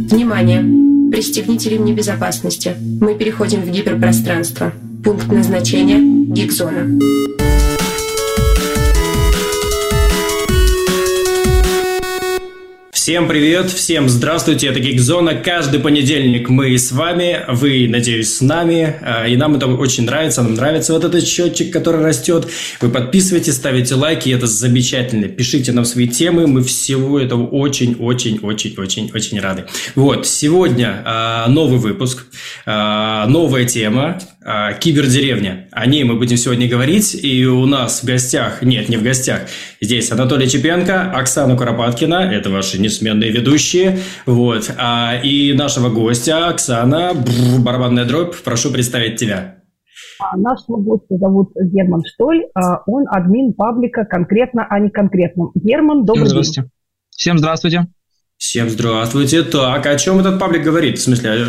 Внимание! Пристегните ремни безопасности. Мы переходим в гиперпространство. Пункт назначения – Гигзона. Всем привет, всем здравствуйте, это Гигзона. Каждый понедельник мы с вами, вы, надеюсь, с нами. И нам это очень нравится, нам нравится вот этот счетчик, который растет. Вы подписывайтесь, ставите лайки, это замечательно. Пишите нам свои темы, мы всего этого очень рады. Вот, сегодня новый выпуск, новая тема. Кибердеревня. О ней мы будем сегодня говорить. И у нас в гостях, нет, не в гостях, здесь Анатолий Чепенко, Оксана Куропаткина, это ваши несменные ведущие. Вот. И нашего гостя, Оксана, барабанная дробь, прошу представить тебя. Нашего гостя зовут Герман Штоль, он админ паблика «Конкретно, а не конкретно». Герман, добрый день. Всем здравствуйте. Всем здравствуйте. Так, о чем этот паблик говорит? В смысле...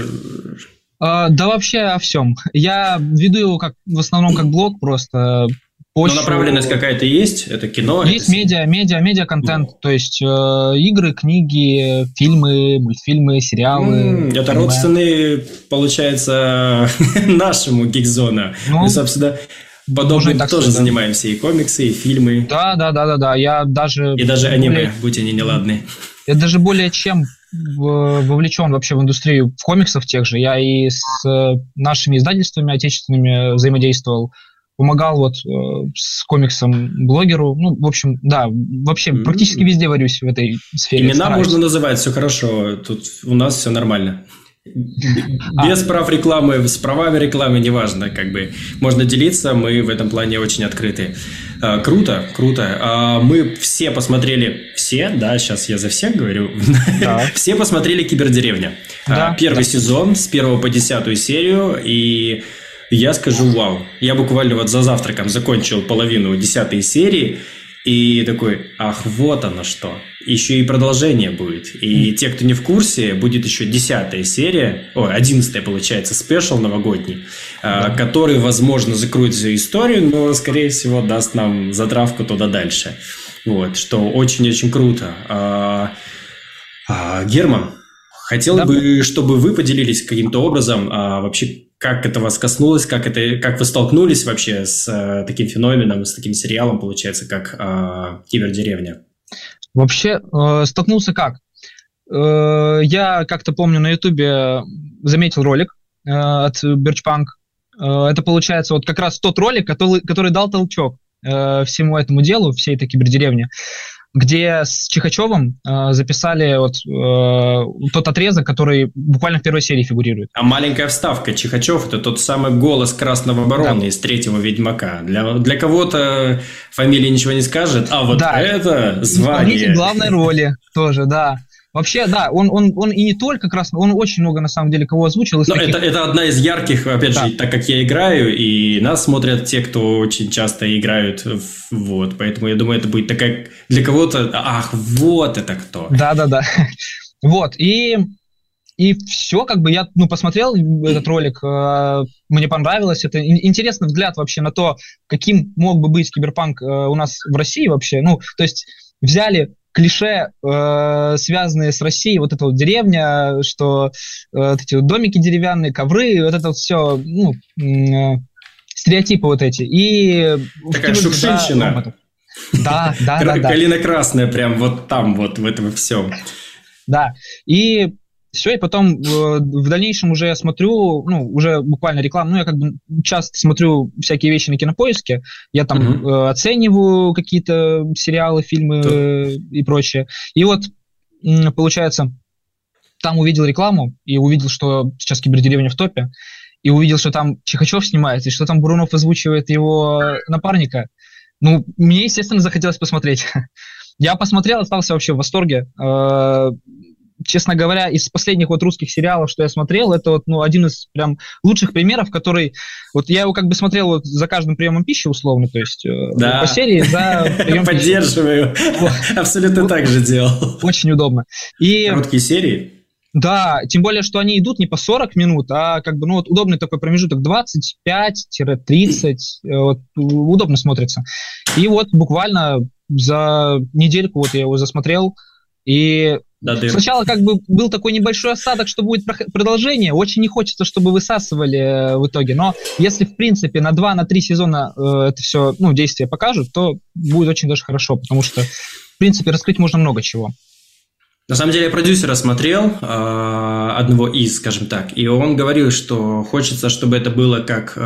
Да вообще о всем. Я веду его в основном как блог, просто Но направленность какая-то есть? Это кино? Есть медиа-контент, то есть игры, книги, фильмы, мультфильмы, сериалы. Это родственные, получается, нашему Гигзона. Мы, собственно, подобным тоже занимаемся. И комиксы, и фильмы. Да. Я даже... И даже аниме, будь они неладны. Я даже более чем вовлечен вообще в индустрию комиксов тех же. Я и с нашими издательствами отечественными взаимодействовал, помогал вот с комиксом блогеру. Ну, в общем, да, вообще практически везде варюсь в этой сфере. Имена можно называть, все хорошо. Тут у нас все нормально. Без прав рекламы, с правами рекламы, неважно, как бы можно делиться, мы в этом плане очень открыты. Круто. Мы все посмотрели, сейчас я за всех говорю, все посмотрели «Кибердеревня». Первый сезон с 1 по 10 серию, и я скажу вау. Я буквально вот за завтраком закончил половину 10 серии, и такой, ах, вот оно что. Еще и продолжение будет. И те, кто не в курсе, будет еще 10 серия, 11 получается, спешл новогодний, который, возможно, закроет свою историю, но, скорее всего, даст нам затравку туда дальше. Вот, что очень-очень круто. Герман, хотел бы, чтобы вы поделились каким-то образом вообще, как это вас коснулось, как вы столкнулись вообще с таким феноменом, с таким сериалом, получается, как «Кибердеревня»? Вообще, столкнулся как? Я как-то помню на Ютубе заметил ролик от Birchpunk. Это, получается, вот как раз тот ролик, который дал толчок всему этому делу, всей этой кибердеревне, где с Чихачевым записали тот отрезок, который буквально в первой серии фигурирует. А маленькая вставка. Чихачев – это тот самый голос Красного Барона из третьего «Ведьмака». Для кого-то фамилия ничего не скажет, а вот это звание. Исполнитель главной роли тоже, да. Вообще, да, он и не только Красный, он очень много, на самом деле, кого озвучил. Но это одна из ярких, опять же, так как я играю, и нас смотрят те, кто очень часто играют, вот, поэтому я думаю, это будет такая, для кого-то, ах, вот это кто. Да. Вот, и все, как бы я, посмотрел этот ролик, мне понравилось, это интересный взгляд вообще на то, каким мог бы быть киберпанк у нас в России вообще, то есть взяли клише, связанные с Россией, вот эта вот деревня, что эти вот домики деревянные, ковры, вот это вот все, стереотипы вот эти. И такая шукшинщина. Да. Калина красная прям вот там, вот в этом всем. Да, и все, и потом в дальнейшем уже я смотрю, уже буквально рекламу, я как бы часто смотрю всякие вещи на Кинопоиске, я там оцениваю какие-то сериалы, фильмы и прочее. И вот, получается, там увидел рекламу и увидел, что сейчас «Кибердеревня» в топе, и увидел, что там Чихачев снимается, и что там Бурунов озвучивает его напарника. Мне, естественно, захотелось посмотреть. Я посмотрел, остался вообще в восторге. Честно говоря, из последних русских сериалов, что я смотрел, это один из прям лучших примеров, который... я его как бы смотрел за каждым приемом пищи, условно, то есть по серии за прием пищи. Поддерживаю. Абсолютно так же делал. Очень удобно. Короткие серии? Да, тем более, что они идут не по 40 минут, а как бы, удобный такой промежуток 25-30, удобно смотрится. И буквально за недельку я его засмотрел, и Сначала как бы был такой небольшой осадок, что будет продолжение. Очень не хочется, чтобы высасывали в итоге. Но если, в принципе, на 2-3 сезона это все, действие покажут, то будет очень даже хорошо, потому что, в принципе, раскрыть можно много чего. На самом деле, я продюсера смотрел, одного из, скажем так, и он говорил, что хочется, чтобы это было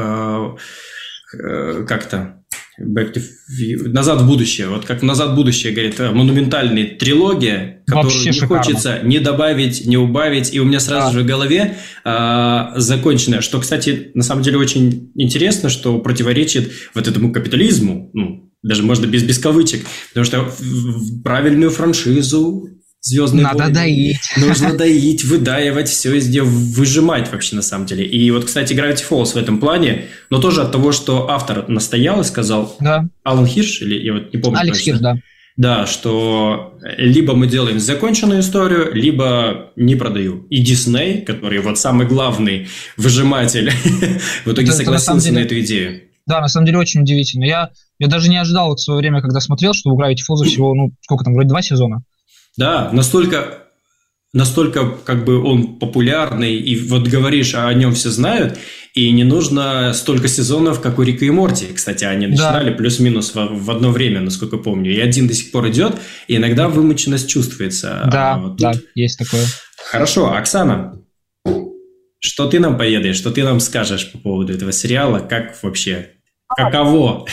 как-то «Назад в будущее». Вот как «Назад в будущее», говорит, монументальная трилогия, которую вообще не шикарно. Хочется ни добавить, ни убавить. И у меня сразу же в голове законченное, что, кстати, на самом деле очень интересно, что противоречит вот этому капитализму, даже можно без кавычек, потому что правильную франшизу «Звездные войны» надо доить. Нужно доить, выдаивать, все из нее выжимать вообще на самом деле. И вот, кстати, Gravity Falls в этом плане, но тоже от того, что автор настоял и сказал, да. Алан Хирш, или я вот не помню. Алекс Хирш, да. Да, что либо мы делаем законченную историю, либо не продаю. И Дисней, который вот самый главный выжиматель, в итоге согласился на эту идею. Да, на самом деле очень удивительно. Я даже не ожидал в свое время, когда смотрел, что у Gravity Falls всего, сколько там, вроде 2 сезона. Да, настолько как бы он популярный, и вот говоришь, о нем все знают, и не нужно столько сезонов, как у Рика и Морти. Кстати, они начинали плюс-минус в одно время, насколько помню. И один до сих пор идет, и иногда вымученность чувствуется. Да, да, есть такое. Хорошо, Оксана, что ты нам поведаешь, что ты нам скажешь по поводу этого сериала? Как вообще? Каково?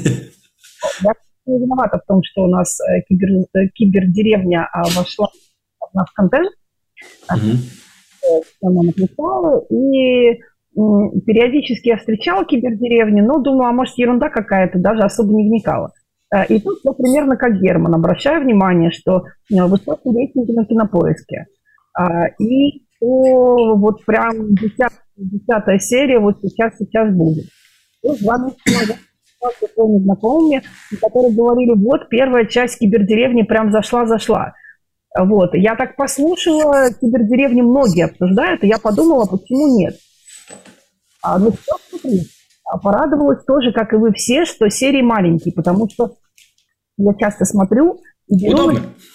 Не виновата в том, что у нас кибердеревня вошла в наш контент. Она написала, и периодически я встречала кибердеревни, но думала, может, ерунда какая-то, даже особо не вникала. И тут я примерно как Герман обращаю внимание, что высокие рейтинги на Кинопоиске. И вот прям 10-я серия вот сейчас будет. И 2 месяца назад знакомыми, которые говорили, вот первая часть кибердеревни прям зашла. Вот. Я так послушала, кибердеревни многие обсуждают, и я подумала, почему нет. Но порадовалась тоже, как и вы все, что серии маленькие, потому что я часто смотрю и беру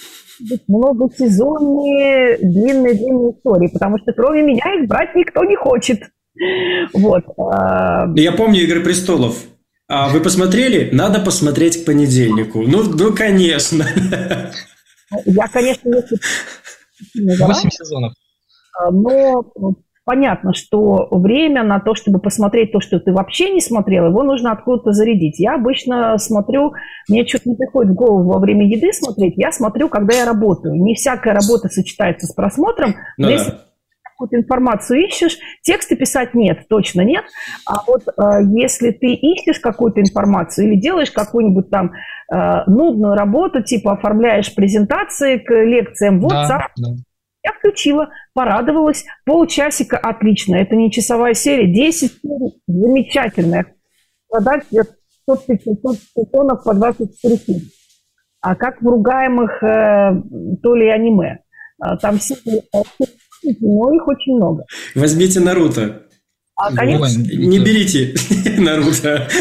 многосезонные длинные истории, потому что кроме меня их брать никто не хочет. Вот. Я помню «Игры престолов». А вы посмотрели? Надо посмотреть к понедельнику. Ну конечно. Я, конечно, не 8 сезонов. Но понятно, что время на то, чтобы посмотреть то, что ты вообще не смотрел, его нужно откуда-то зарядить. Я обычно смотрю, мне что-то не приходит в голову во время еды смотреть, я смотрю, когда я работаю. Не всякая работа сочетается с просмотром, но если какую-то информацию ищешь, тексты писать нет, точно нет. А вот если ты ищешь какую-то информацию или делаешь какую-нибудь там нудную работу, типа оформляешь презентации к лекциям, WhatsApp, я включила, порадовалась, полчасика, отлично, это не часовая серия, 10 серий, замечательная. Продать 500 сезонов по 24 серии. А как в ругаемых то ли аниме. Там серии, но их очень много. Возьмите Наруто. Конечно. Не берите Наруто.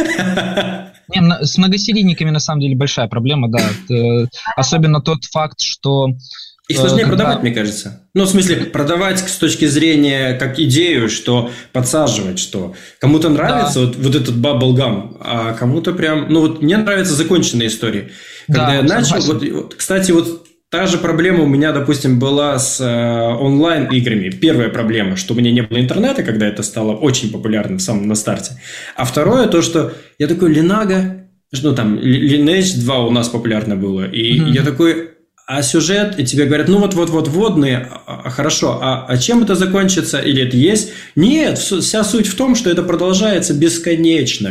С многосерийниками на самом деле большая проблема, да. Особенно тот факт, что... Их сложнее продавать, мне кажется. Ну, в смысле, продавать с точки зрения как идею, что подсаживать, что кому-то нравится вот этот bubblegum, а кому-то прям... Ну, вот мне нравятся законченные истории. Когда я начал... Кстати, вот та же проблема у меня, допустим, была с онлайн-играми. Первая проблема, что у меня не было интернета, когда это стало очень популярным в самом на старте. А второе, то, что я такой, Линага, ну, там, Lineage 2 у нас популярно было. И я такой... А сюжет, и тебе говорят, ну вот водные, хорошо, а чем это закончится, или это есть? Нет, вся суть в том, что это продолжается бесконечно.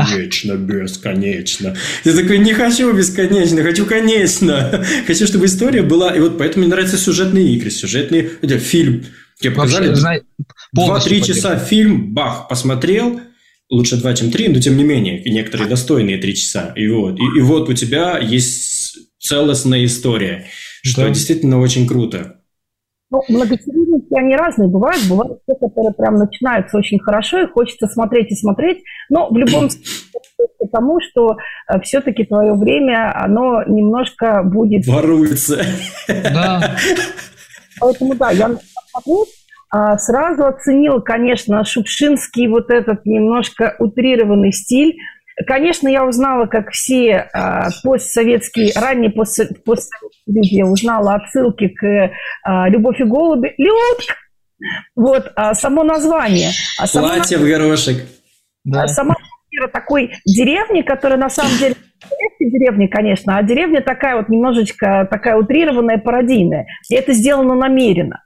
Я такой, не хочу бесконечно, хочу конечно. Хочу, чтобы история была, и вот поэтому мне нравятся сюжетные игры, фильм. Тебе показали 2-3 часа фильм, бах, посмотрел, лучше 2, чем 3, но тем не менее, некоторые достойные 3 часа. И вот у тебя есть... целостная история, что действительно очень круто. Ну, многосерийники, они разные бывают. Бывают те, которые прям начинаются очень хорошо, и хочется смотреть и смотреть. Но в любом случае, потому что все-таки твое время, оно немножко будет... Воруется. Да. Поэтому, да, я смотрю, сразу оценила, конечно, шукшинский вот этот немножко утрированный стиль. Конечно, я узнала, как все постсоветские, ранние постсоветские люди, узнала отсылки к «Любовь и голуби». Людка! Вот, само название. Платье в горошек. Да. Сама такой деревни, которая на самом деле не деревня, конечно, а деревня такая вот немножечко такая утрированная, пародийная. И это сделано намеренно.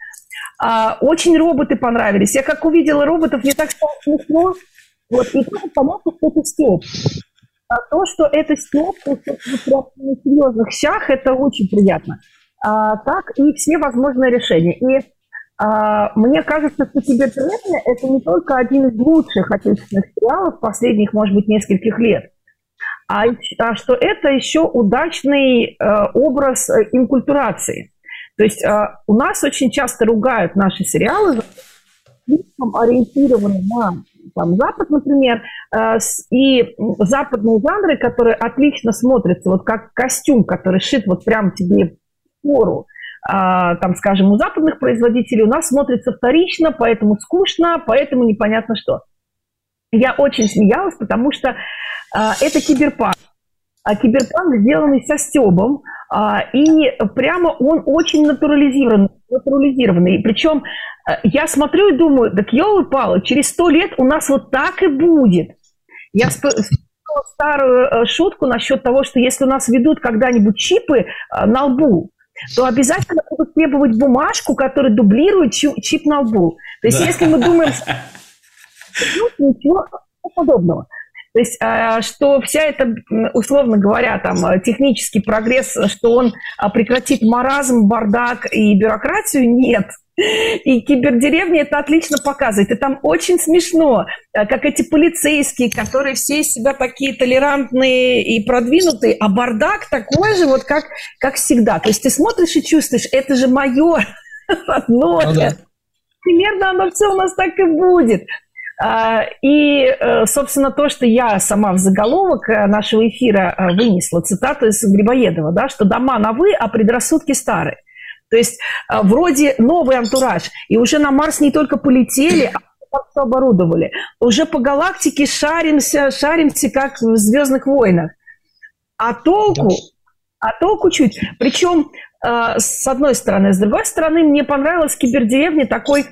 Очень роботы понравились. Я как увидела роботов, мне так стало смешно. Вот, и тоже понятно, что это стёб. А то, что это стёб, то, что прям на серьезных щах, это очень приятно. Так и все возможные решения. И мне кажется, что «Кибердеревня» — это не только один из лучших отечественных сериалов последних, может быть, нескольких лет, а что это еще удачный образ инкультурации. То есть у нас очень часто ругают наши сериалы, слишком ориентированы на там, Запад, например, и западные жанры, которые отлично смотрятся, вот как костюм, который шит вот прям тебе в пору, там, скажем, у западных производителей, у нас смотрится вторично, поэтому скучно, поэтому непонятно что. Я очень смеялась, потому что это киберпанк. Киберпанк, сделанный со стёбом, и прямо он очень натурализированный. Причем я смотрю и думаю, так ёлы-палы, через 100 лет у нас вот так и будет. Я вспомнила старую шутку насчет того, что если у нас ведут когда-нибудь чипы на лбу, то обязательно будут требовать бумажку, которая дублирует чип на лбу. То есть если мы думаем, ничего подобного. То есть, что вся эта, условно говоря, там, технический прогресс, что он прекратит маразм, бардак и бюрократию, нет. И «Кибердеревня» это отлично показывает. И там очень смешно, как эти полицейские, которые все из себя такие толерантные и продвинутые, а бардак такой же, вот как всегда. То есть ты смотришь и чувствуешь, это же мое родное. Примерно оно все у нас так и будет. И, собственно, то, что я сама в заголовок нашего эфира вынесла, цитату из Грибоедова, да, что дома новые, а предрассудки старые. То есть вроде новый антураж, и уже на Марс не только полетели, а все оборудовали. Уже по галактике шаримся, как в «Звездных войнах». А толку чуть. Причем, с одной стороны. С другой стороны, мне понравилась «Кибердеревня» такой...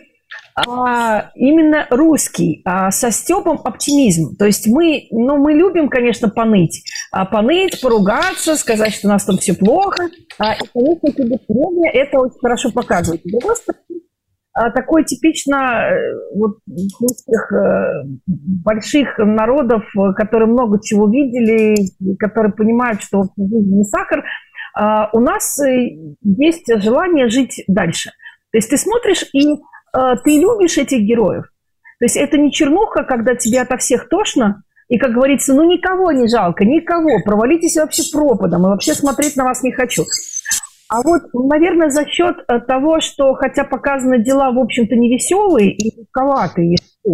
именно русский, со стёбом оптимизм. То есть мы любим, конечно, поныть, поругаться, сказать, что у нас там все плохо. И, конечно, «Кибердеревня» это очень хорошо показывает. С другой стороны, такой типично вот, русских больших народов, которые много чего видели, которые понимают, что жизнь не сахар, у нас есть желание жить дальше. То есть ты смотришь и ты любишь этих героев. То есть это не чернуха, когда тебе ото всех тошно, и, как говорится, никого не жалко, никого, провалитесь вообще пропадом, и вообще смотреть на вас не хочу. А вот, наверное, за счет того, что, хотя показаны дела, в общем-то, невеселые и рисковатые,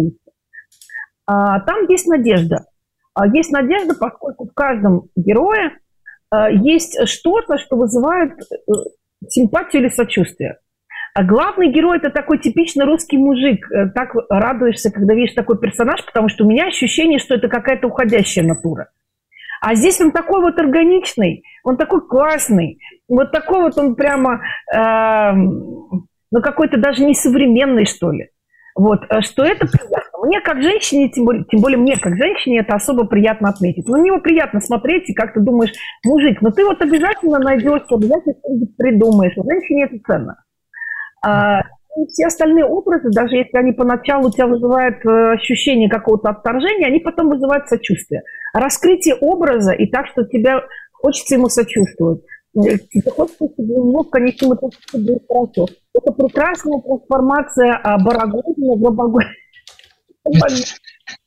там есть надежда. Есть надежда, поскольку в каждом герое есть что-то, что вызывает симпатию или сочувствие. А главный герой – это такой типичный русский мужик. Так радуешься, когда видишь такой персонаж, потому что у меня ощущение, что это какая-то уходящая натура. А здесь он такой вот органичный, он такой классный, вот такой вот он прямо, какой-то даже несовременный, что ли. Вот, что это приятно. Мне как женщине, тем более мне как женщине, это особо приятно отметить. На него приятно смотреть, и как ты думаешь, мужик, ты вот обязательно найдешь, обязательно что-нибудь придумаешь. Женщине это ценно. Все остальные образы, даже если они поначалу у тебя вызывают ощущение какого-то отторжения, они потом вызывают сочувствие. Раскрытие образа и так, что тебе хочется ему сочувствовать. Тебе хочется, чтобы у него в конечном итоге было хорошо. Это прекрасная трансформация Барагозина в Лобогозина.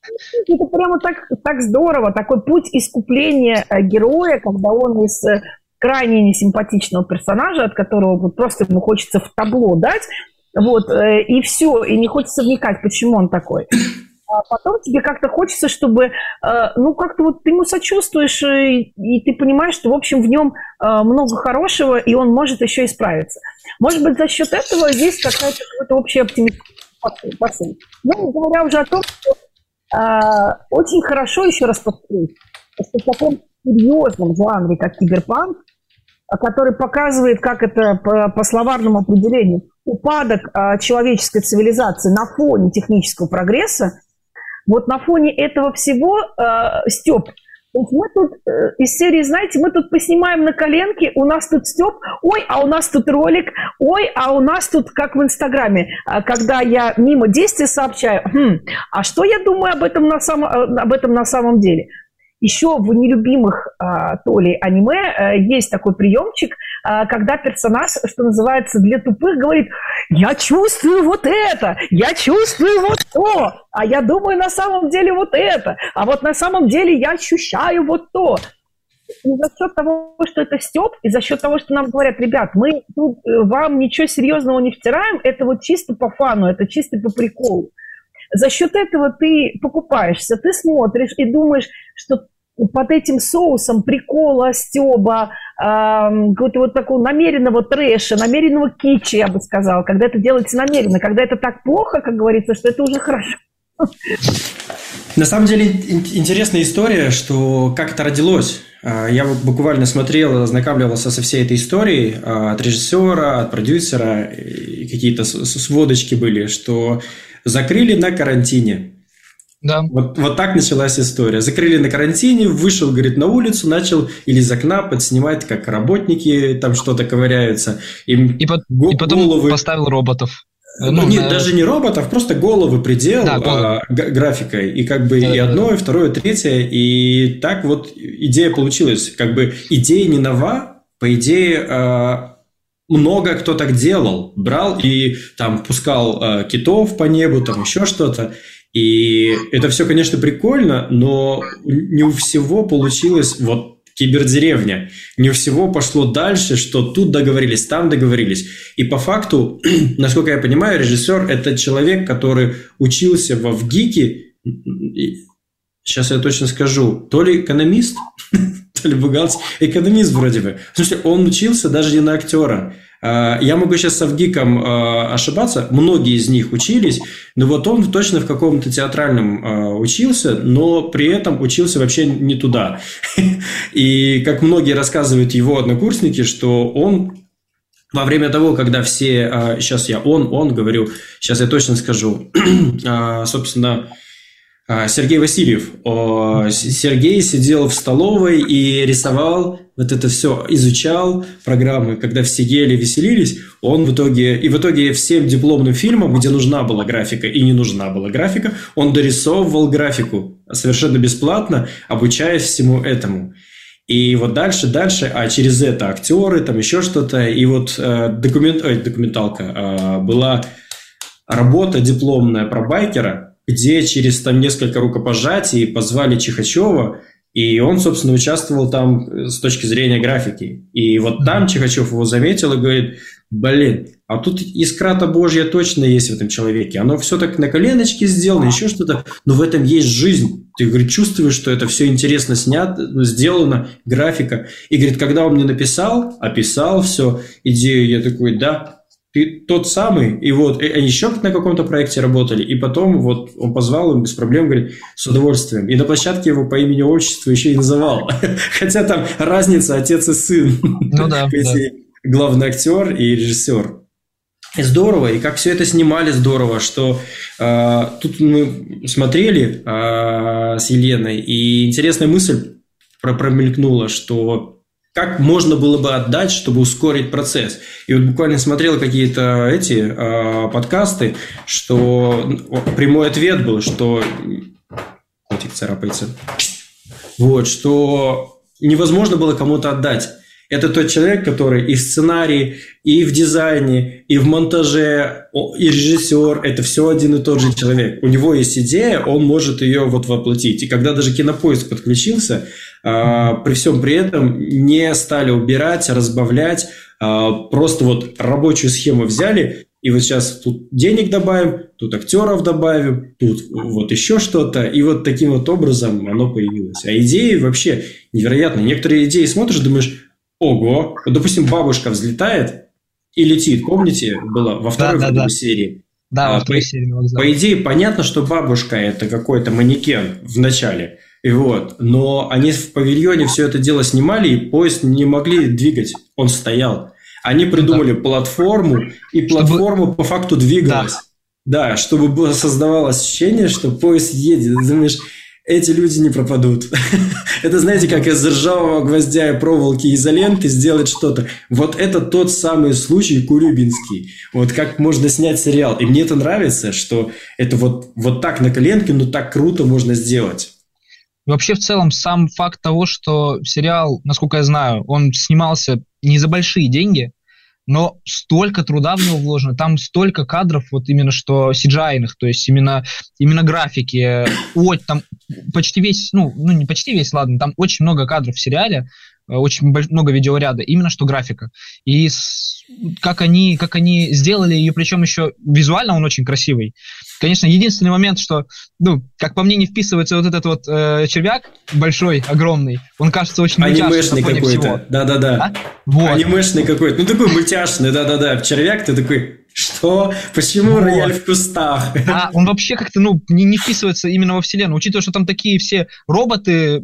Это прямо так здорово. Такой путь искупления героя, когда он из крайне несимпатичного персонажа, от которого вот просто ему хочется в табло дать, вот, и все, и не хочется вникать, почему он такой. А потом тебе как-то хочется, чтобы, ну, как-то вот ты ему сочувствуешь, и ты понимаешь, что, в общем, в нем много хорошего, и он может еще исправиться. Может быть, за счет этого есть какой-то общий оптимистический посыл. Ну, не говоря уже о том, что очень хорошо, еще раз повторюсь, что в таком серьезном жанре, как киберпанк, который показывает, как это по словарному определению, упадок человеческой цивилизации на фоне технического прогресса, вот на фоне этого всего, Степ, мы тут из серии, знаете, мы тут поснимаем на коленке, у нас тут Степ, ой, а у нас тут ролик, ой, а у нас тут, как в Инстаграме, когда я мимо действия сообщаю, а что я думаю об этом на самом деле? Еще в нелюбимых Толей аниме есть такой приемчик, когда персонаж, что называется, для тупых говорит: я чувствую вот это, я чувствую вот то, а я думаю на самом деле вот это, а вот на самом деле я ощущаю вот то. И за счет того, что это Степ, и за счет того, что нам говорят: ребят, мы тут вам ничего серьезного не втираем, это вот чисто по фану, это чисто по приколу. За счет этого ты покупаешься, ты смотришь и думаешь, что под этим соусом прикола, стёба, какого-то вот такого намеренного трэша, намеренного китча, я бы сказала, когда это делается намеренно, когда это так плохо, как говорится, что это уже хорошо. На самом деле интересная история, что как это родилось. Я буквально смотрел, ознакомливался со всей этой историей от режиссера, от продюсера, и какие-то сводочки были, что закрыли на карантине. Да. Вот так началась история. Закрыли на карантине, вышел, говорит, на улицу, начал или из окна подснимать, как работники там что-то ковыряются. И потом головы... поставил роботов. Даже не роботов, просто головы придел графикой. И как бы и одно, и второе, и третье. И так вот идея получилась. Как бы идея не нова, по идее... Много кто так делал. Брал и там пускал китов по небу, там еще что-то. И это все, конечно, прикольно, но не у всего получилось вот кибердеревня. Не у всего пошло дальше, что тут договорились, там договорились. И по факту, насколько я понимаю, режиссер – это человек, который учился в ГИКе, сейчас я точно скажу, то ли экономист, то ли бухгалтер, экономист вроде бы. В смысле, он учился даже не на актера. Я могу сейчас с Авгиком ошибаться, многие из них учились, но вот он точно в каком-то театральном учился, но при этом учился вообще не туда. И как многие рассказывают его однокурсники, что он во время того, когда все... Сейчас я говорю, сейчас я точно скажу, собственно... Сергей Васильев. Сергей сидел в столовой и рисовал, вот это все изучал, программы, когда все ели, веселились. Он в итоге всем дипломным фильмам, где нужна была графика и не нужна была графика, он дорисовывал графику совершенно бесплатно, обучаясь всему этому. И вот дальше, а через это актеры, там еще что-то. И вот документалка была работа дипломная про байкера, где через там несколько рукопожатий позвали Чихачева, и он, собственно, участвовал там с точки зрения графики. И вот там Чихачев его заметил и говорит: блин, а тут искра-то Божья точно есть в этом человеке. Оно все так на коленочке сделано, еще что-то, но в этом есть жизнь. Ты, говорит, чувствуешь, что это все интересно снято, сделано, графика. И, говорит, когда он мне описал все, идею, я такой: да, ты тот самый, и вот они еще на каком-то проекте работали, и потом вот он позвал им без проблем, говорит, с удовольствием. И на площадке его по имени-отчеству еще и называл. Хотя там разница отец и сын. Ну да. Главный актер и режиссер. И здорово, и как все это снимали здорово, что тут мы смотрели с Еленой, и интересная мысль промелькнула, что как можно было бы отдать, чтобы ускорить процесс. И вот буквально смотрел какие-то подкасты, что прямой ответ был, что... Котик царапается. Вот, что невозможно было кому-то отдать. Это тот человек, который и в сценарии, и в дизайне, и в монтаже, и режиссер. Это все один и тот же человек. У него есть идея, он может ее вот воплотить. И когда даже Кинопоиск подключился, при всем при этом не стали убирать, разбавлять. Просто вот рабочую схему взяли, и вот сейчас тут денег добавим, тут актеров добавим, тут вот еще что-то, и вот таким вот образом оно появилось. А идеи вообще невероятные. Некоторые идеи смотришь, думаешь, ого, вот, допустим, бабушка взлетает и летит, помните, было во второй серии? Да, во второй серии. По идее, понятно, что бабушка – это какой-то манекен в начале, и вот, но они в павильоне все это дело снимали, и поезд не могли двигать, он стоял. Они придумали платформу, и платформа по факту двигалась. Да, чтобы создавалось ощущение, что поезд едет. Ты думаешь, эти люди не пропадут. Это, знаете, как из ржавого гвоздя и проволоки изоленты сделать что-то. Вот это тот самый случай Курюбинский. Вот как можно снять сериал. И мне это нравится, что это вот так на коленке, но так круто можно сделать. Вообще, в целом, сам факт того, что сериал, насколько я знаю, он снимался не за большие деньги, но столько труда в него вложено, там столько кадров, вот именно что CGI-ных, то есть именно графики, там почти весь, ну не почти весь, ладно, там очень много кадров в сериале, очень много видеоряда, именно что графика. И как они сделали ее, причем еще визуально он очень красивый. Конечно, единственный момент, что, как по мне, не вписывается вот этот вот червяк большой, огромный. Он кажется очень анимешный какой-то. Да-да-да. Вот. Анимешный какой-то. Такой мультяшный, да-да-да. Червяк, ты такой... Что? Почему рояль в кустах? А он вообще как-то, не вписывается именно во вселенную. Учитывая, что там такие все роботы,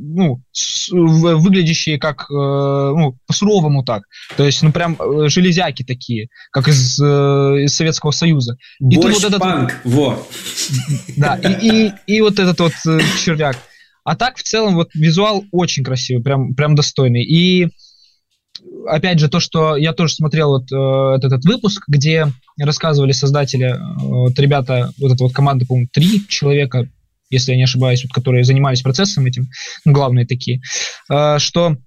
выглядящие как, по-суровому так. То есть, прям железяки такие, как из Советского Союза. Борщ-панк, во. Да, и вот этот вот червяк. А так, в целом, вот визуал очень красивый, прям достойный. И опять же, то, что я тоже смотрел вот этот выпуск, где рассказывали создатели, вот ребята, вот эта вот команда, по-моему, 3 человека, если я не ошибаюсь, вот, которые занимались процессом этим, главные такие, что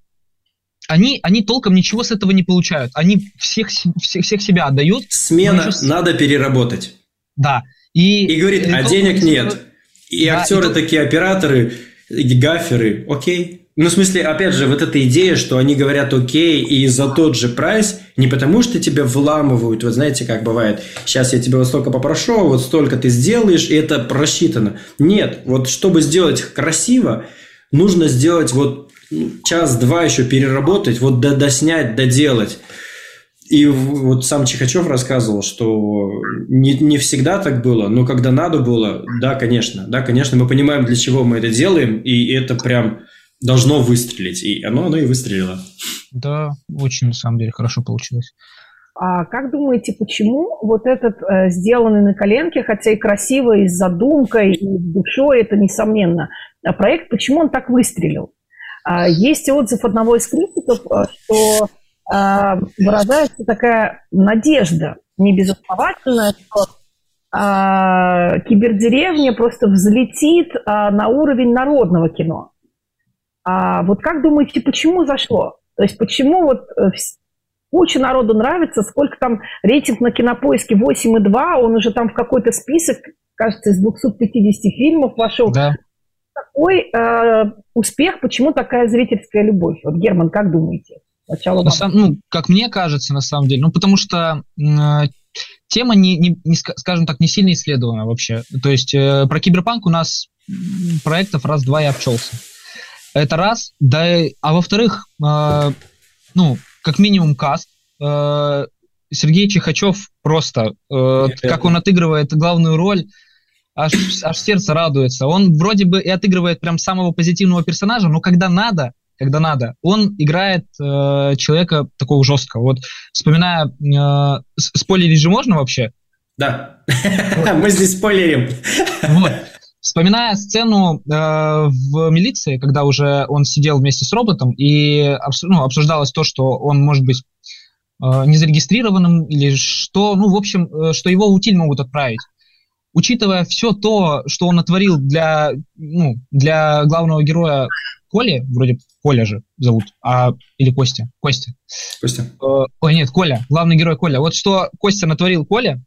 они толком ничего с этого не получают. Они всех себя отдают. Смена, надо переработать. Да. И говорит, денег нет. И да, актеры такие, операторы, гаферы, окей. В смысле, опять же, вот эта идея, что они говорят окей, и за тот же прайс, не потому что тебя вламывают, вот знаете, как бывает, сейчас я тебя вот столько попрошу, вот столько ты сделаешь, и это просчитано. Нет, вот чтобы сделать красиво, нужно сделать вот час-два еще переработать, вот доснять, доделать. И вот сам Чихачев рассказывал, что не всегда так было, но когда надо было, да, конечно, мы понимаем, для чего мы это делаем, и это прям... должно выстрелить, и оно и выстрелило. Да, очень, на самом деле, хорошо получилось. А как думаете, почему вот этот сделанный на коленке, хотя и красивый, и с задумкой, и с душой, это несомненно, проект, почему он так выстрелил? Есть отзыв одного из критиков, что выражается такая надежда, небезосновательная, что кибердеревня просто взлетит на уровень народного кино. Вот как думаете, почему зашло? То есть почему вот куча народу нравится, сколько там рейтинг на Кинопоиске 8,2, он уже там в какой-то список, кажется, из 250 фильмов вошел. Да. Такой успех, почему такая зрительская любовь? Вот, Герман, как думаете? Как мне кажется, на самом деле, потому что тема, скажем так, не сильно исследована вообще. То есть про киберпанк у нас проектов раз-два и обчелся. Это раз, да, а во-вторых, как минимум каст. Сергей Чихачев просто, как он отыгрывает главную роль, аж сердце радуется. Он вроде бы и отыгрывает прям самого позитивного персонажа, но когда надо, он играет человека такого жесткого. Вот вспоминая, спойлерить же можно вообще? Да, мы здесь спойлерим. Вот. Вспоминая сцену в милиции, когда уже он сидел вместе с роботом, и обсуждалось то, что он может быть незарегистрированным или что, в общем, что его в утиль могут отправить. Учитывая все то, что он натворил для главного героя Коли, вроде Коля же зовут, или Костя? Костя. Ой, нет, Коля, главный герой Коля. Вот что Костя натворил Коля,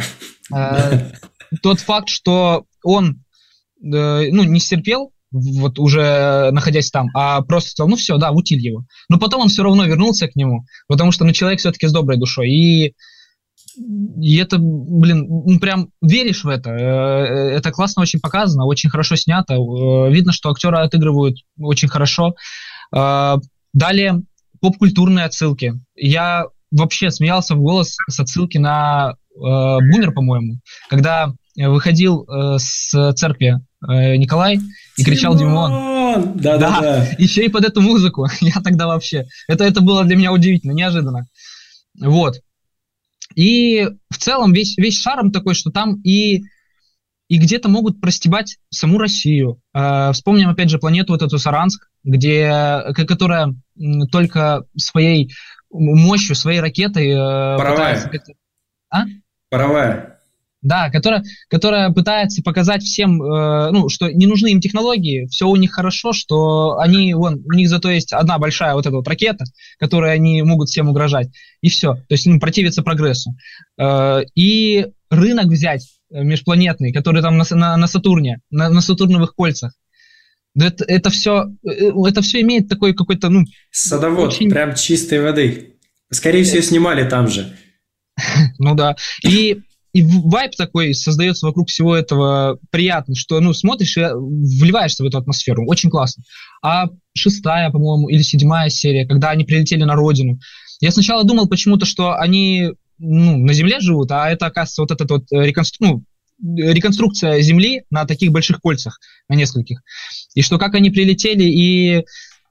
тот факт, что он не стерпел, вот уже находясь там, а просто сказал, ну все, да, утиль его. Но потом он все равно вернулся к нему, потому что человек все-таки с доброй душой. И это, прям веришь в это. Это классно очень показано, очень хорошо снято. Видно, что актеры отыгрывают очень хорошо. Далее поп-культурные отсылки. Я вообще смеялся в голос с отсылки на «Бумер», по-моему, когда выходил с церкви Николай и кричал «Димон». Да. Еще и под эту музыку. Я тогда вообще... Это было для меня удивительно, неожиданно. Вот. И в целом весь шарм такой, что там и где-то могут простебать саму Россию. Вспомним, опять же, планету вот эту Саранск, которая только своей мощью, своей ракетой... Паровая. Паровая. Да, которая пытается показать всем, что не нужны им технологии, все у них хорошо, что у них зато есть одна большая вот эта вот ракета, которой они могут всем угрожать, и все. То есть противиться прогрессу. И рынок взять межпланетный, который там на Сатурне, на Сатурновых кольцах. Это все имеет такой какой-то, садовод, очень... прям чистой воды. Скорее всего, снимали там же. Ну да. И вайб такой создается вокруг всего этого приятный, что, смотришь и вливаешься в эту атмосферу. Очень классно. А 6-я, по-моему, или 7-я серия, когда они прилетели на родину. Я сначала думал почему-то, что они, на Земле живут, а это, оказывается, вот эта вот реконструкция Земли на таких больших кольцах, на нескольких. И что как они прилетели, и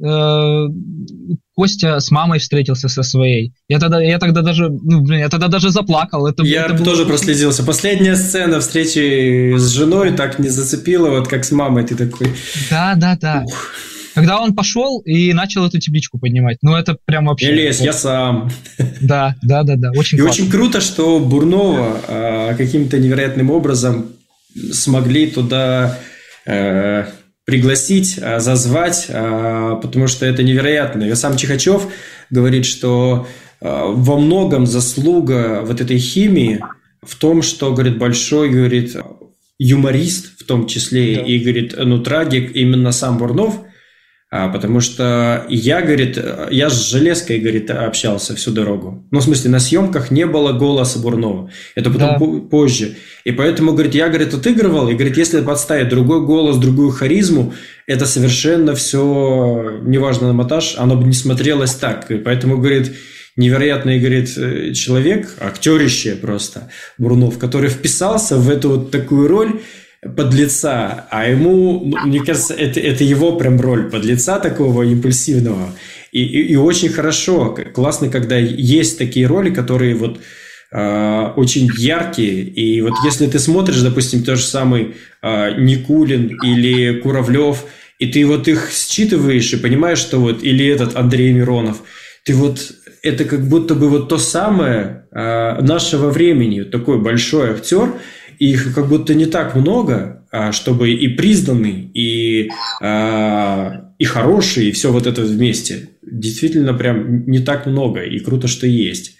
Костя с мамой встретился со своей. Я тогда даже заплакал. Я тоже прослезился. Последняя сцена встречи с женой так не зацепила, вот как с мамой ты такой. Да. Ух. Когда он пошел и начал эту табличку поднимать, это прям вообще... Я лез, я сам. Да, очень и классно. Очень круто, что Бурнова каким-то невероятным образом смогли туда... пригласить, зазвать, потому что это невероятно. И сам Чихачев говорит, что во многом заслуга вот этой химии в том, что, говорит, большой, говорит, юморист в том числе, да. И, говорит, трагик именно сам Бурнов, потому что я с Железкой, говорит, общался всю дорогу. В смысле, на съемках не было голоса Бурнова. Это потом позже. И поэтому, говорит, я, говорит, отыгрывал, и, говорит, если подставить другой голос, другую харизму, это совершенно все, неважно на монтаж, оно бы не смотрелось так. И поэтому, говорит, невероятный, говорит, человек, актерище просто, Бурнов, который вписался в эту вот такую роль, подлеца, а ему, мне кажется, это его прям роль подлеца такого импульсивного. И очень хорошо, классно, когда есть такие роли, которые вот очень яркие. И вот если ты смотришь, допустим, тот же самый Никулин или Куравлев, и ты вот их считываешь и понимаешь, что вот, или этот Андрей Миронов, ты вот, это как будто бы вот то самое нашего времени, такой большой актер. Их как будто не так много, чтобы и признанный, и хороший, и все вот это вместе. Действительно, прям не так много, и круто, что есть.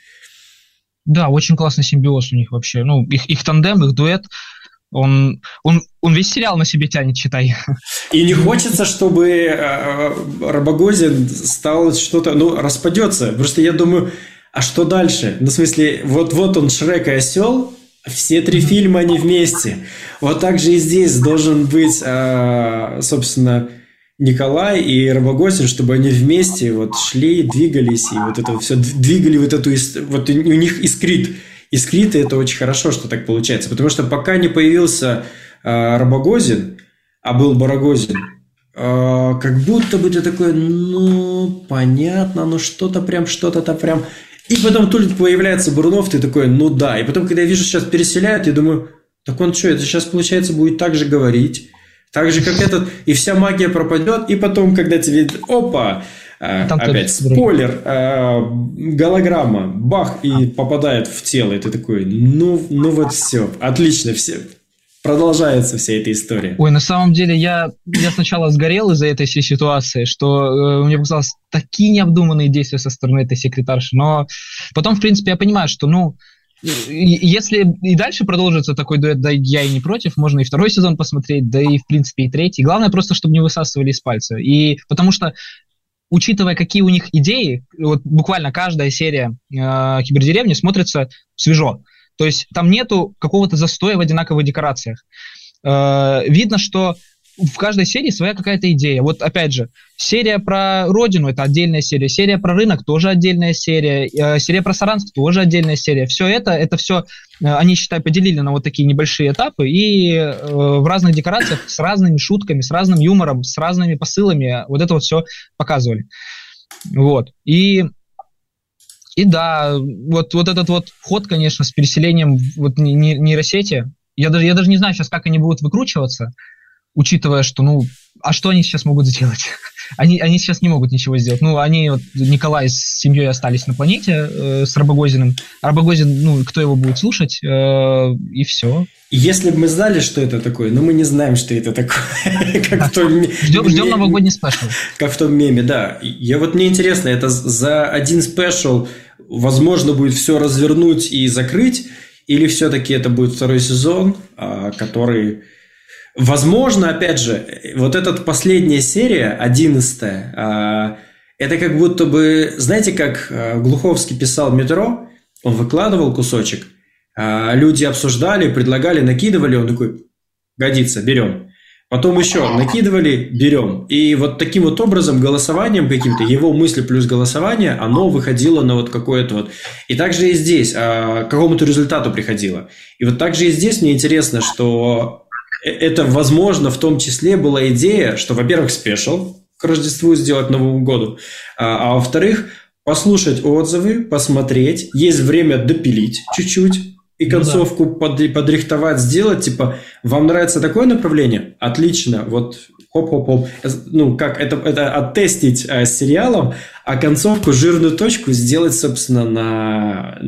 Да, очень классный симбиоз у них вообще. Их тандем, их дуэт, он весь сериал на себе тянет, считай. И не хочется, чтобы Рабагозин стал что-то, распадется. Просто я думаю, а что дальше? В смысле, вот он, Шрек и Осел, все 3 фильма, они вместе. Вот так же и здесь должен быть, собственно, Николай и Рабагозин, чтобы они вместе вот шли, двигались, и вот это все двигали вот эту... Вот у них искрит. Искрит, и это очень хорошо, что так получается. Потому что пока не появился Рабагозин, а был Барагозин, как будто бы ты такой, понятно, что-то прям... И потом тут появляется Бурнов, ты такой, да. И потом, когда я вижу, сейчас переселяют, я думаю, так он что, это сейчас, получается, будет так же говорить, так же, как этот, и вся магия пропадет, и потом, когда тебе, опа, опять спойлер, голограмма, бах, и попадает в тело, и ты такой, вот все, отлично, все, продолжается вся эта история. Ой, на самом деле я сначала сгорел из-за этой всей ситуации, что мне показалось такие необдуманные действия со стороны этой секретарши, но потом, в принципе, я понимаю, что, если и дальше продолжится такой дуэт, да я и не против, можно и второй сезон посмотреть, да и, в принципе, и третий. Главное просто, чтобы не высасывали из пальца. И потому что, учитывая, какие у них идеи, вот буквально каждая серия «Кибердеревни» смотрится свежо. То есть там нету какого-то застоя в одинаковых декорациях. Видно, что в каждой серии своя какая-то идея. Вот опять же, серия про Родину – это отдельная серия, серия про рынок – тоже отдельная серия, серия про Саранск – тоже отдельная серия. Все это все, они, считай, поделили на вот такие небольшие этапы и в разных декорациях с разными шутками, с разным юмором, с разными посылами вот это вот все показывали. Вот. И да, вот этот вот ход, конечно, с переселением вот нейросети, я даже не знаю сейчас, как они будут выкручиваться, учитывая, что, а что они сейчас могут сделать? Они сейчас не могут ничего сделать. Николай с семьей остались на планете с Рабогозиным. Рабогозин, кто его будет слушать, и все. Если бы мы знали, что это такое, но мы не знаем, что это такое. Ждем новогодний спешл. Как в том меме, да. Мне интересно, это за один спешл возможно будет все развернуть и закрыть, или все-таки это будет второй сезон, который... Возможно, опять же, вот эта последняя серия, 11-я, это как будто бы, знаете, как Глуховский писал «Метро», он выкладывал кусочек, люди обсуждали, предлагали, накидывали, он такой, годится, берем. Потом еще накидывали, берем. И вот таким вот образом, голосованием каким-то, его мысли плюс голосование, оно выходило на вот какое-то вот... И также и здесь к какому-то результату приходило. И вот также и здесь мне интересно, что... Это, возможно, в том числе была идея, что, во-первых, спешл к Рождеству сделать, Новому году, а во-вторых, послушать отзывы, посмотреть, есть время допилить чуть-чуть и концовку подрихтовать, сделать, типа, вам нравится такое направление? Отлично, вот хоп-хоп-хоп. Как это оттестить с сериалом, а концовку, жирную точку сделать, собственно,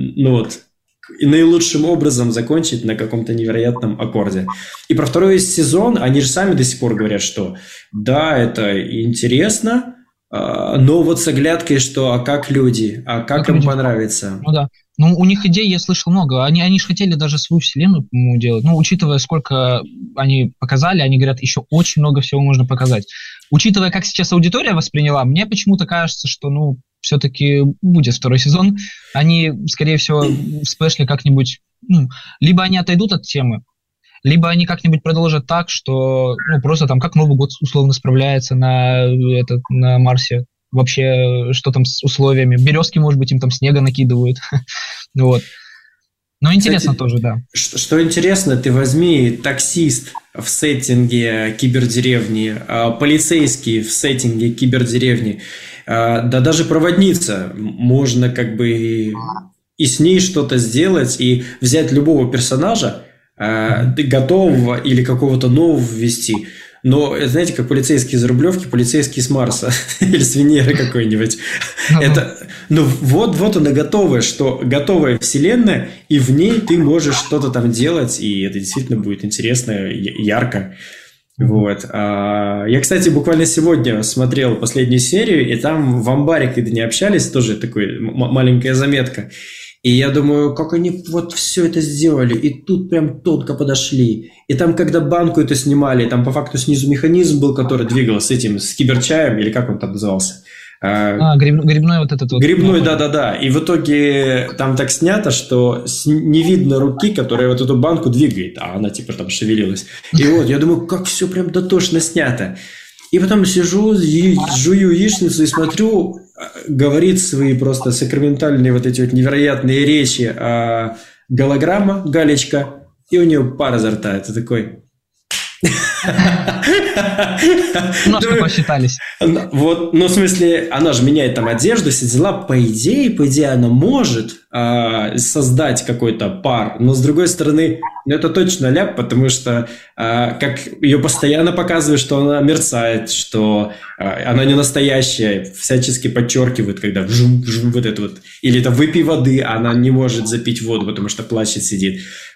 и наилучшим образом закончить на каком-то невероятном аккорде. И про второй сезон они же сами до сих пор говорят, что да, это интересно, но вот с оглядкой, что как люди, как им понравится. Да. У них идей я слышал много. Они же хотели даже свою вселенную, по-моему, делать. Учитывая, сколько они показали, они говорят, еще очень много всего можно показать. Учитывая, как сейчас аудитория восприняла, мне почему-то кажется, что, все-таки будет второй сезон. Они, скорее всего, в спешле как-нибудь... либо они отойдут от темы, либо они как-нибудь продолжат так, что просто там как Новый год условно справляется на Марсе. Вообще, что там с условиями. Березки, может быть, им там снега накидывают. Вот. Но интересно, кстати, тоже, да. Что интересно, ты возьми таксист в сеттинге кибердеревни, полицейский в сеттинге кибердеревни, да даже проводница. Можно как бы и с ней что-то сделать, и взять любого персонажа, готового или какого-то нового ввести. Но, знаете, как полицейские из Рублевки, полицейские с Марса или с Венеры какой-нибудь. Вот она готовая, что готовая вселенная, и в ней ты можешь что-то там делать, и это действительно будет интересно, ярко. Вот. Я, кстати, буквально сегодня смотрел последнюю серию, и там в амбаре, когда не общались, тоже такой маленькая заметка. И я думаю, как они вот все это сделали, и тут прям тонко подошли. И там, когда банку это снимали, там по факту снизу механизм был, который двигался с киберчаем, или как он там назывался? Грибной вот этот вот. Грибной, да. И в итоге там так снято, что не видно руки, которая вот эту банку двигает, а она типа там шевелилась. И вот, я думаю, как все прям дотошно снято. И потом сижу, жую яичницу и смотрю, говорит свои просто сакраментальные вот эти вот невероятные речи голограмма, Галечка, и у нее пар изо рта. Это такой... Немножко посчитались. Вот, в смысле, она же меняет там одежду, все дела. По идее, она может создать какой-то пар, но с другой стороны, это точно ляп, потому что как ее постоянно показывают, что она мерцает, что она не настоящая, всячески подчеркивают, когда вот это вот, или это выпей воды, она не может запить воду, потому что плачет, сидит.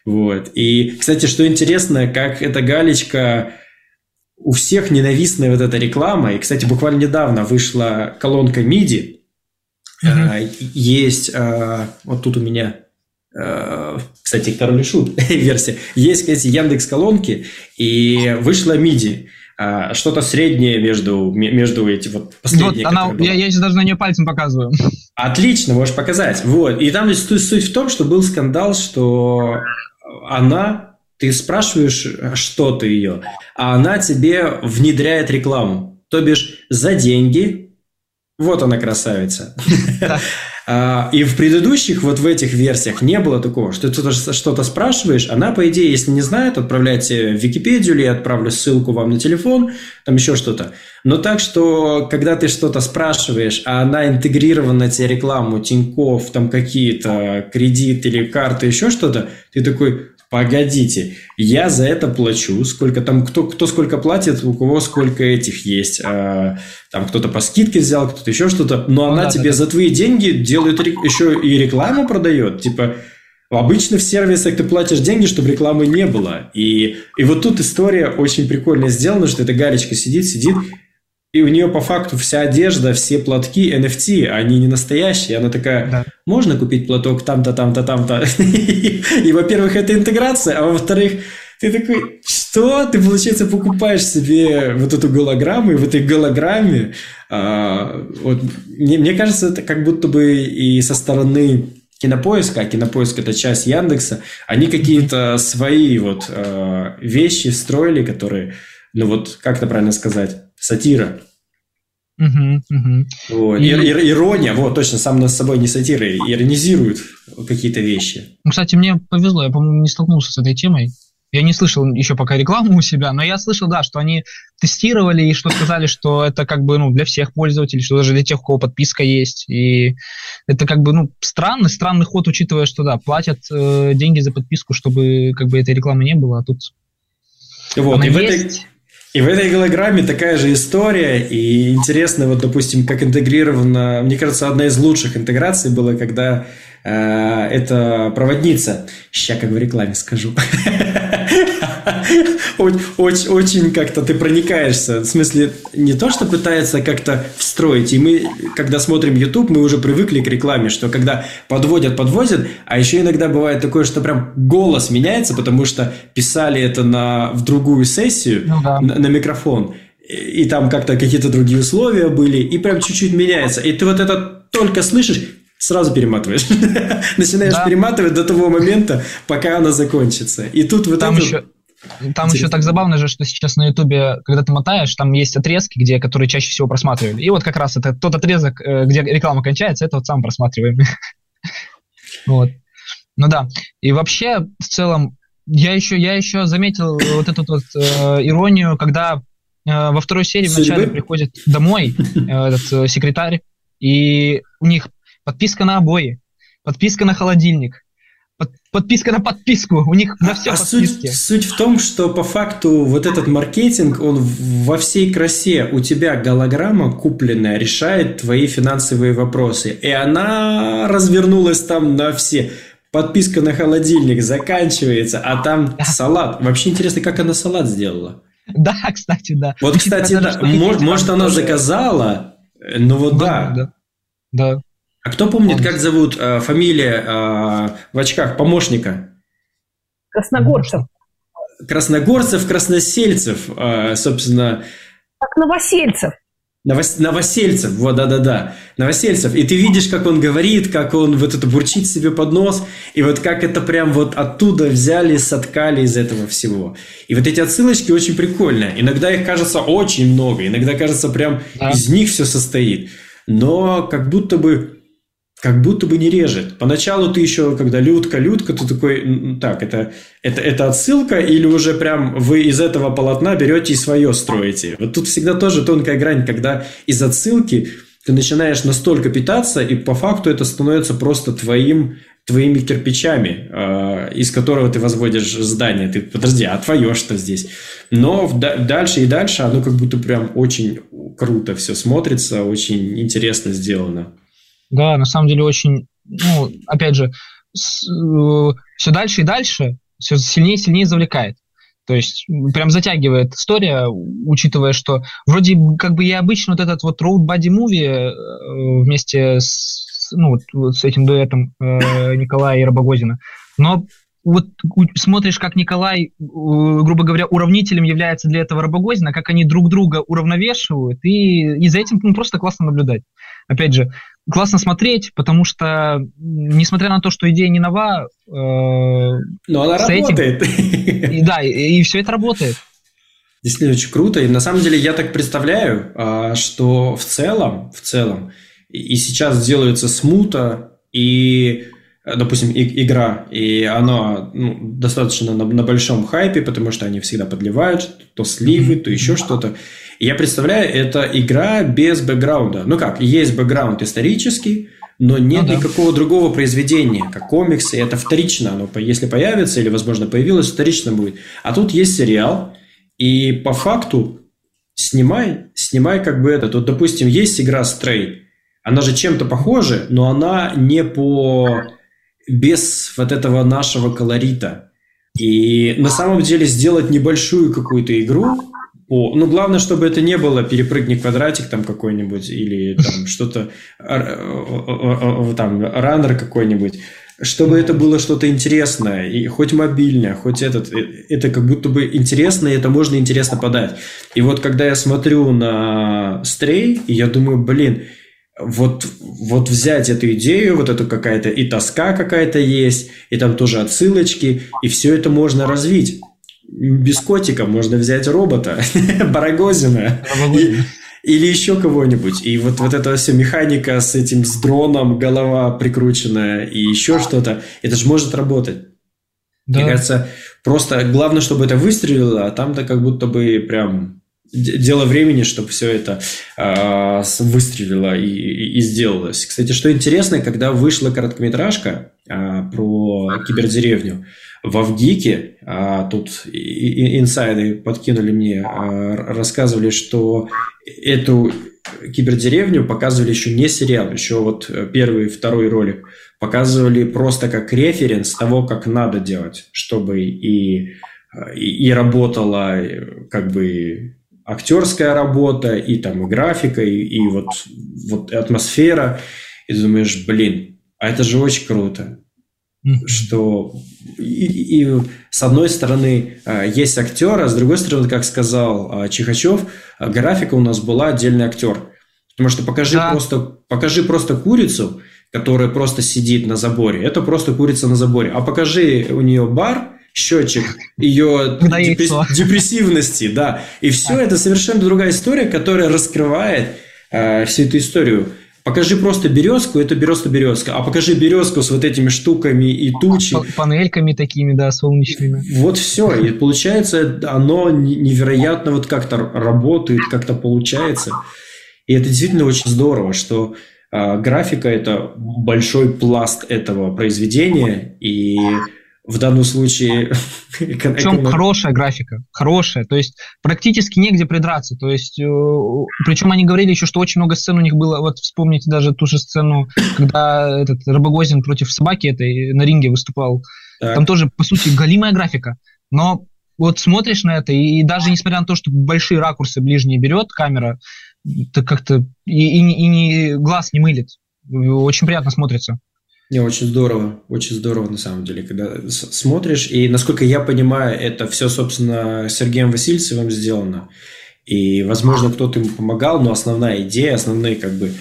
Вот. И, кстати, что интересно, как эта галечка... У всех ненавистная вот эта реклама. И, кстати, буквально недавно вышла колонка MIDI. Есть... Вот тут у меня... Кстати, Король и Шут версия. Есть эти Яндекс-колонки, и вышла MIDI. Что-то среднее между эти вот последние. Вот я сейчас даже на нее пальцем показываю. Отлично, можешь показать. Вот. И там суть в том, что был скандал, что ты спрашиваешь что-то ее, а она тебе внедряет рекламу. То бишь за деньги. Вот она, красавица. И в предыдущих, вот в этих версиях не было такого, что ты что-то спрашиваешь, она, по идее, если не знает, отправляйте в Википедию, или я отправлю ссылку вам на телефон, там еще что-то. Но так, что когда ты что-то спрашиваешь, а она интегрирована тебе рекламу, Тинькофф, там какие-то кредиты или карты, еще что-то, ты такой... Погодите, я за это плачу, сколько там, кто сколько платит, у кого сколько этих есть. Там кто-то по скидке взял, кто-то еще что-то, но она тебе за твои деньги делает еще и рекламу продает. Типа, обычно в сервисах ты платишь деньги, чтобы рекламы не было. И вот тут история очень прикольно сделана, что эта галечка сидит, и у нее по факту вся одежда, все платки NFT, они не настоящие. Она такая, можно купить платок там-то, там-то, там-то. И, во-первых, это интеграция, а во-вторых, ты такой, что? Ты, получается, покупаешь себе вот эту голограмму, и в этой голограмме, мне кажется, это как будто бы и со стороны Кинопоиска, а Кинопоиск – это часть Яндекса, они какие-то свои вот вещи встроили, которые, ну вот, как это правильно сказать, сатира. Вот. Ирония, вот, точно, сам над собой не сатира, иронизирует какие-то вещи. Ну, кстати, мне повезло, я, по-моему, не столкнулся с этой темой. Я не слышал еще пока рекламу у себя, но я слышал, да, что они тестировали и что сказали, что это как бы, для всех пользователей, что даже для тех, у кого подписка есть. И это как бы, странный ход, учитывая, что, да, платят деньги за подписку, чтобы как бы этой рекламы не было, а тут вот, и в этой голограмме такая же история, и интересно, вот, допустим, как интегрирована, мне кажется, одна из лучших интеграций была, когда это проводница, сейчас как в рекламе скажу, очень как-то ты проникаешься, в смысле, не то, что пытается как-то встроить, и мы, когда смотрим YouTube, мы уже привыкли к рекламе, что когда подводят, а еще иногда бывает такое, что прям голос меняется, потому что писали это в другую сессию, на микрофон, и там как-то какие-то другие условия были, и прям чуть-чуть меняется, и ты вот это только слышишь, сразу перематываешь. Начинаешь перематывать до того момента, пока она закончится. И тут вот там еще так забавно же, что сейчас на Ютубе, когда ты мотаешь, там есть отрезки, которые чаще всего просматривали. И вот как раз это тот отрезок, где реклама кончается, это вот сам просматриваемый. Вот. Ну да. И вообще, в целом, я еще заметил вот эту вот иронию, когда во второй серии вначале приходит домой этот секретарь, и у них подписка на обои, подписка на холодильник, подписка на подписку. У них на все подписки. Суть в том, что по факту вот этот маркетинг, он во всей красе. У тебя голограмма купленная решает твои финансовые вопросы. И она развернулась там на все. Подписка на холодильник заканчивается, а там салат. Вообще интересно, как она салат сделала. Да, кстати, да. Вот, кстати, да. Может, она заказала, но вот да. Да. А кто помнит, как зовут фамилия в очках помощника? Красногорцев, Красносельцев, собственно. Как Новосельцев. Новосельцев, вот, да. Новосельцев. И ты видишь, как он говорит, как он вот это бурчит себе под нос, и вот как это прям вот оттуда взяли, соткали из этого всего. И вот эти отсылочки очень прикольные. Иногда их кажется очень много, иногда кажется прям из них все состоит. Но как будто бы не режет. Поначалу ты еще, когда Людка, ты такой, так, это отсылка или уже прям вы из этого полотна берете и свое строите? Вот тут всегда тоже тонкая грань, когда из отсылки ты начинаешь настолько питаться, и по факту это становится просто твоими кирпичами, из которого ты возводишь здание. Ты, подожди, а твое что здесь? Но дальше и дальше оно как будто прям очень круто все смотрится, очень интересно сделано. Да, на самом деле очень, опять же, все дальше и дальше все сильнее и сильнее завлекает. То есть прям затягивает история, учитывая, что вроде как бы и обычно вот этот вот road body movie вместе с этим дуэтом Николая и Рабогозина, но вот смотришь, как Николай, грубо говоря, уравнителем является для этого Рабогозина, как они друг друга уравновешивают, и за этим просто классно наблюдать. Опять же, классно смотреть, потому что, несмотря на то, что идея не нова, но она работает. И все это работает. Действительно очень круто. И на самом деле я так представляю, что в целом, и сейчас делается смута, и, допустим, игра, и она достаточно на большом хайпе, потому что они всегда подливают то сливы, то еще что-то. И я представляю, это игра без бэкграунда. Ну как, есть бэкграунд исторический, но нет никакого другого произведения, как комиксы. Это вторично. Оно, если появится или, возможно, появилось, вторично будет. А тут есть сериал, и по факту снимай как бы это. Тут, допустим, есть игра Stray. Она же чем-то похожа, но она не без вот этого нашего колорита. И на самом деле сделать небольшую какую-то игру, главное, чтобы это не было перепрыгни квадратик там какой-нибудь или там что-то, там раннер какой-нибудь, чтобы это было что-то интересное, и хоть мобильное, хоть это как будто бы интересно, и это можно интересно подать. И вот когда я смотрю на Stray, и я думаю, блин, вот взять эту идею, вот эту какая-то и тоска какая-то есть, и там тоже отсылочки, и все это можно развить. Без котика можно взять робота, Барагозина, или еще кого-нибудь. И вот эта вся механика с этим, с дроном, голова прикрученная и еще что-то, это же может работать. Да. Мне кажется, просто главное, чтобы это выстрелило, а там-то как будто бы прям дело времени, чтобы все это выстрелило и сделалось. Кстати, что интересно, когда вышла короткометражка про кибердеревню, в Авгике, тут инсайды подкинули мне, рассказывали, что эту кибердеревню показывали еще не сериал, еще вот первый и второй ролик показывали просто как референс того, как надо делать, чтобы и работала как бы актерская работа, и там и графика, и вот атмосфера. И думаешь, блин, а это же очень круто. Что и с одной стороны есть актер, а с другой стороны, как сказал Чихачев, графика у нас была отдельный актер. Потому что покажи просто курицу, которая просто сидит на заборе. Это просто курица на заборе. А покажи у нее бар, счетчик ее депрессивности, да. И все это совершенно другая история, которая раскрывает всю эту историю. Покажи просто березку, это просто березка. А покажи березку с вот этими штуками и тучи. Панельками такими, да, солнечными. Вот все. И получается, оно невероятно вот как-то работает, как-то получается. И это действительно очень здорово, что графика – это большой пласт этого произведения. И в данном случае... Причем хорошая графика, хорошая, то есть практически негде придраться, то есть, причем они говорили еще, что очень много сцен у них было, вот вспомните даже ту же сцену, когда этот Рабогозин против собаки этой на ринге выступал, так. Там тоже, по сути, галимая графика, но вот смотришь на это, и даже несмотря на то, что большие ракурсы ближние берет камера, то как-то и глаз не мылит, очень приятно смотрится. Не, очень здорово на самом деле, когда смотришь, и насколько я понимаю, это все, собственно, Сергеем Васильцевым сделано, и, возможно, кто-то ему помогал, но основная идея, основной как бы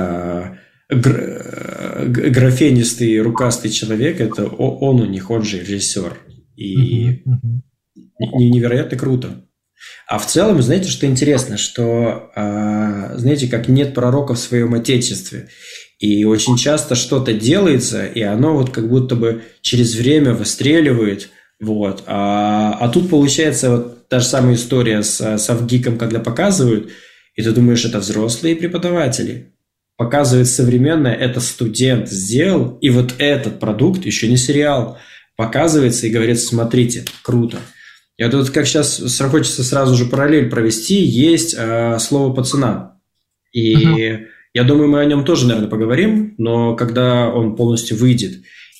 графенистый, рукастый человек, это он у них, он же режиссер, и невероятно круто. А в целом, знаете, что интересно, что, знаете, как нет пророка в своем отечестве. И очень часто что-то делается, и оно вот как будто бы через время выстреливает. Вот. А тут получается вот та же самая история с Авгиком, когда показывают, и ты думаешь, это взрослые преподаватели. Показывает современное, это студент сделал, и вот этот продукт, еще не сериал, показывается и говорит, смотрите, круто. И вот как сейчас хочется сразу же параллель провести, есть слово «пацана». И... Я думаю, мы о нем тоже, наверное, поговорим, но когда он полностью выйдет.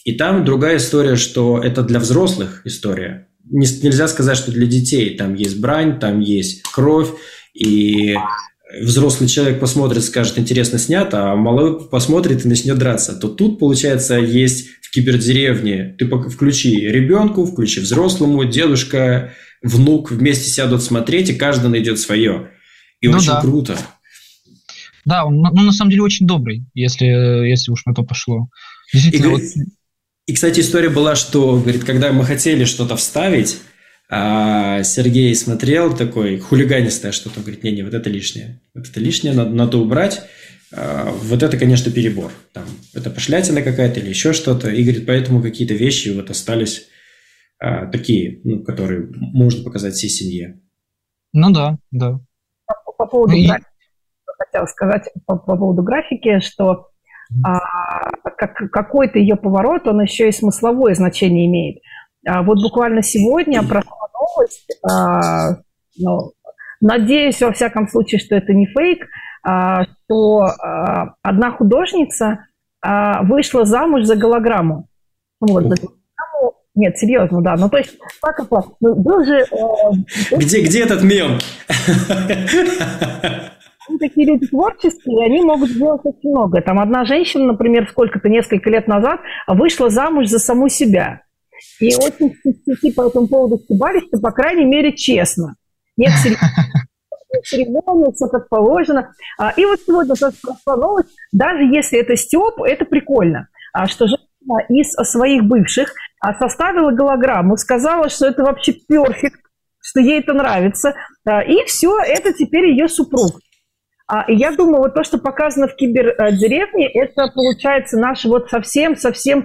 И там другая история, что это для взрослых история. Нельзя сказать, что для детей. Там есть брань, там есть кровь, и взрослый человек посмотрит, скажет, интересно снято, а малой посмотрит и начнет драться. То тут, получается, есть в кибердеревне, ты включи ребенку, включи взрослому, дедушка, внук вместе сядут смотреть, и каждый найдет свое. И очень круто. Да, он на самом деле очень добрый, если уж на то пошло. Действительно, и, кстати, история была, что, говорит, когда мы хотели что-то вставить, Сергей смотрел такой хулиганистое что-то, говорит, не, вот это лишнее. Вот это лишнее, надо убрать. Вот это, конечно, перебор. Там, это пошлятина какая-то или еще что-то. И, говорит, поэтому какие-то вещи вот остались такие, которые можно показать всей семье. Ну да. По поводу графики, хотела сказать по поводу графики, что какой-то ее поворот, он еще и смысловое значение имеет. Вот буквально сегодня прошла новость, надеюсь, во всяком случае, что это не фейк, что одна художница вышла замуж за голограмму. Вот, за голограмму. Нет, серьезно, да. Ну, то есть, был же... Где этот мем? Такие люди творческие, они могут сделать очень много. Там одна женщина, например, несколько лет назад вышла замуж за саму себя. И очень по этому поводу стебались, что, по крайней мере, честно. Нет церемонии, все как положено. И вот сегодня прошла новость, даже если это стёб, это прикольно, что женщина из своих бывших составила голограмму, сказала, что это вообще перфект, что ей это нравится, и все, это теперь ее супруг. И я думаю, вот то, что показано в кибердеревне, это получается наше вот совсем-совсем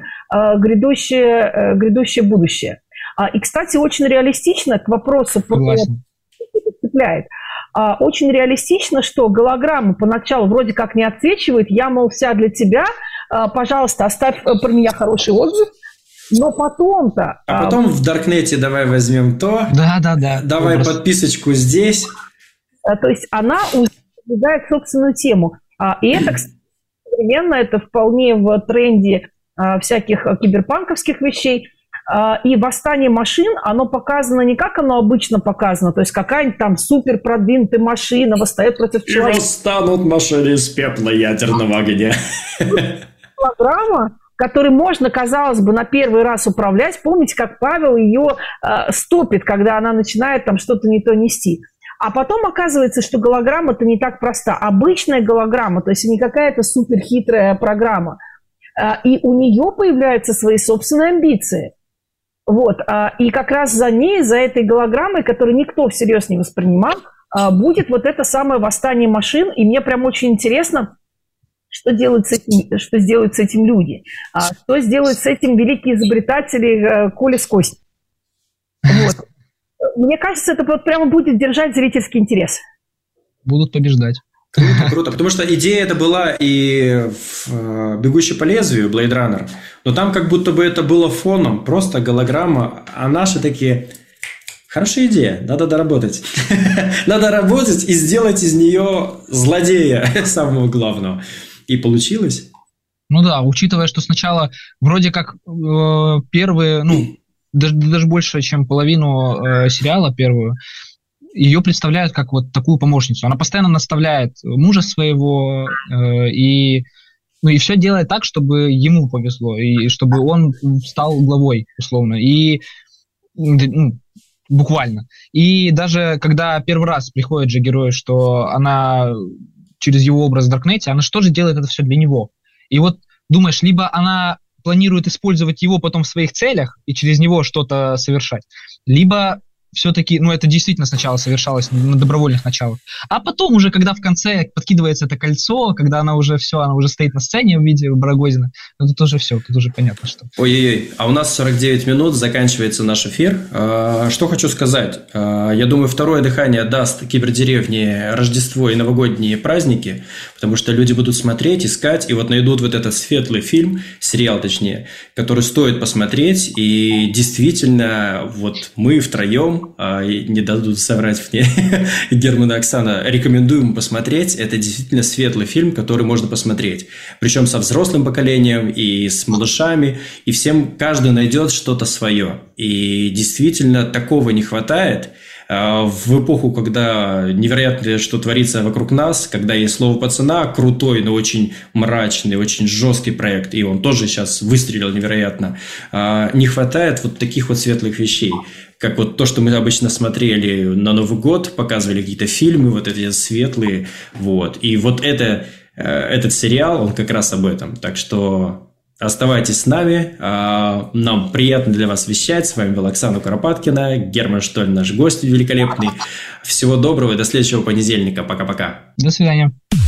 грядущее будущее. И, кстати, очень реалистично к вопросу, цепляет. Очень реалистично, что голограмма поначалу вроде как не отсвечивает, я, мол, вся для тебя, пожалуйста, оставь про меня хороший отзыв, но потом-то... А потом в Даркнете давай возьмем то, давай подписочку здесь. То есть она соблюдает собственную тему. И это, кстати, современно, это вполне в тренде всяких киберпанковских вещей. И восстание машин, оно показано не как оно обычно показано, то есть какая-нибудь там супер продвинутая машина восстает против человека. И восстанут машины из пепла ядерного огня. Программа, которой можно, казалось бы, на первый раз управлять. Помните, как Павел ее стопит, когда она начинает там что-то не то нести. А потом оказывается, что голограмма-то не так проста. Обычная голограмма, то есть не какая-то суперхитрая программа. И у нее появляются свои собственные амбиции. Вот. И как раз за ней, за этой голограммой, которую никто всерьез не воспринимал, будет вот это самое восстание машин. И мне прям очень интересно, что сделают с этим люди. Что сделают с этим великие изобретатели Коля с Костей. Вот. Мне кажется, это вот прямо будет держать зрительский интерес. Будут побеждать. Круто, потому что идея это была и в «Бегущей по лезвию» Blade Runner, но там как будто бы это было фоном, просто голограмма, а наши такие, хорошая идея, надо доработать. Надо работать и сделать из нее злодея, самого главного. И получилось. Ну да, учитывая, что сначала вроде как первые, даже больше, чем половину сериала первую, ее представляют как вот такую помощницу. Она постоянно наставляет мужа своего и все делает так, чтобы ему повезло, и чтобы он стал главой, условно. И буквально. И даже когда первый раз приходит же герой, что она через его образ в Даркнете, она что же делает это все для него? И вот думаешь, либо она планирует использовать его потом в своих целях и через него что-то совершать, либо все-таки, это действительно сначала совершалось на добровольных началах. А потом уже, когда в конце подкидывается это кольцо, когда она уже стоит на сцене в виде Барагозина, тут уже все, тут уже понятно, что... Ой-ой-ой, а у нас 49 минут, заканчивается наш эфир. Что хочу сказать. Я думаю, второе дыхание даст кибердеревне Рождество и новогодние праздники, потому что люди будут смотреть, искать, и вот найдут вот этот светлый фильм, сериал точнее, который стоит посмотреть, и действительно, вот мы втроем фильму, и не дадут соврать мне Герман и Оксана, рекомендуем посмотреть. Это действительно светлый фильм, который можно посмотреть. Причем со взрослым поколением и с малышами, и всем, каждый найдет что-то свое. И действительно такого не хватает. В эпоху, когда невероятно, что творится вокруг нас, когда есть «Слово пацана», крутой, но очень мрачный, очень жесткий проект, и он тоже сейчас выстрелил невероятно, не хватает вот таких вот светлых вещей, как вот то, что мы обычно смотрели на Новый год, показывали какие-то фильмы, вот эти светлые, вот. И вот этот сериал, он как раз об этом, так что... Оставайтесь с нами, нам приятно для вас вещать. С вами был Оксана Куропаткина, Герман Штоль, наш гость великолепный. Всего доброго и до следующего понедельника. Пока-пока. До свидания.